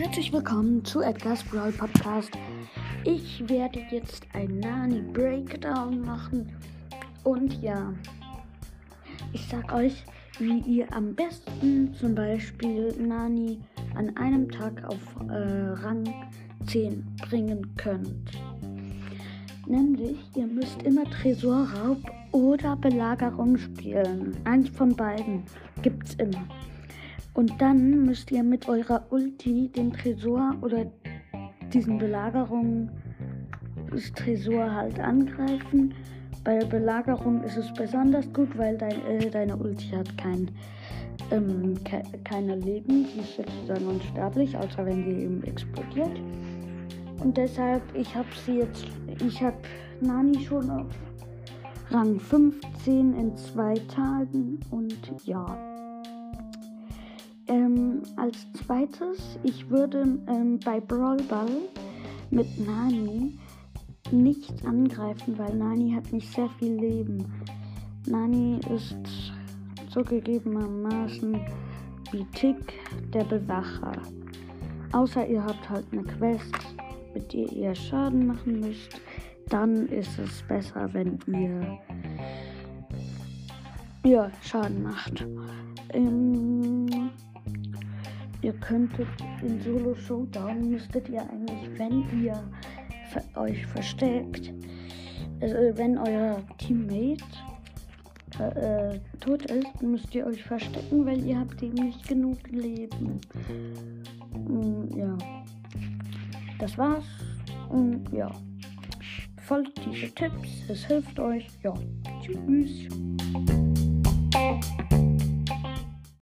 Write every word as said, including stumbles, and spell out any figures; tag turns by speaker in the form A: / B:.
A: Herzlich willkommen zu Edgar's Brawl Podcast. Ich werde jetzt ein Nani Breakdown machen und ja, ich sag euch, wie ihr am besten zum Beispiel Nani an einem Tag auf äh, Rang zehn bringen könnt. Nämlich, ihr müsst immer Tresorraub oder Belagerung spielen. Eins von beiden gibt's immer. Und dann müsst ihr mit eurer Ulti den Tresor oder diesen Belagerung das Tresor halt angreifen. Bei Belagerung ist es besonders gut, weil dein, äh, deine Ulti hat kein, ähm, ke keine Leben. Die ist sozusagen unsterblich, außer wenn die eben explodiert. Und deshalb, ich habe sie jetzt, ich habe Nani schon auf Rang fünfzehn in zwei Tagen und ja. Ähm, als zweites, ich würde ähm, bei Brawl Ball mit Nani nicht angreifen, weil Nani hat nicht sehr viel Leben. Nani ist zugegebenermaßen wie Tick, der Bewacher. Außer ihr habt halt eine Quest, mit der ihr Schaden machen müsst, dann ist es besser, wenn ihr ja, Schaden macht. Ähm, Ihr könntet in Solo Showdown müsstet ihr eigentlich, wenn ihr für euch versteckt, also wenn euer Teammate äh, tot ist, müsst ihr euch verstecken, weil ihr habt eben nicht genug Leben. Und, ja, das war's. Und ja, folgt diese Tipps, es hilft euch. Ja, tschüss.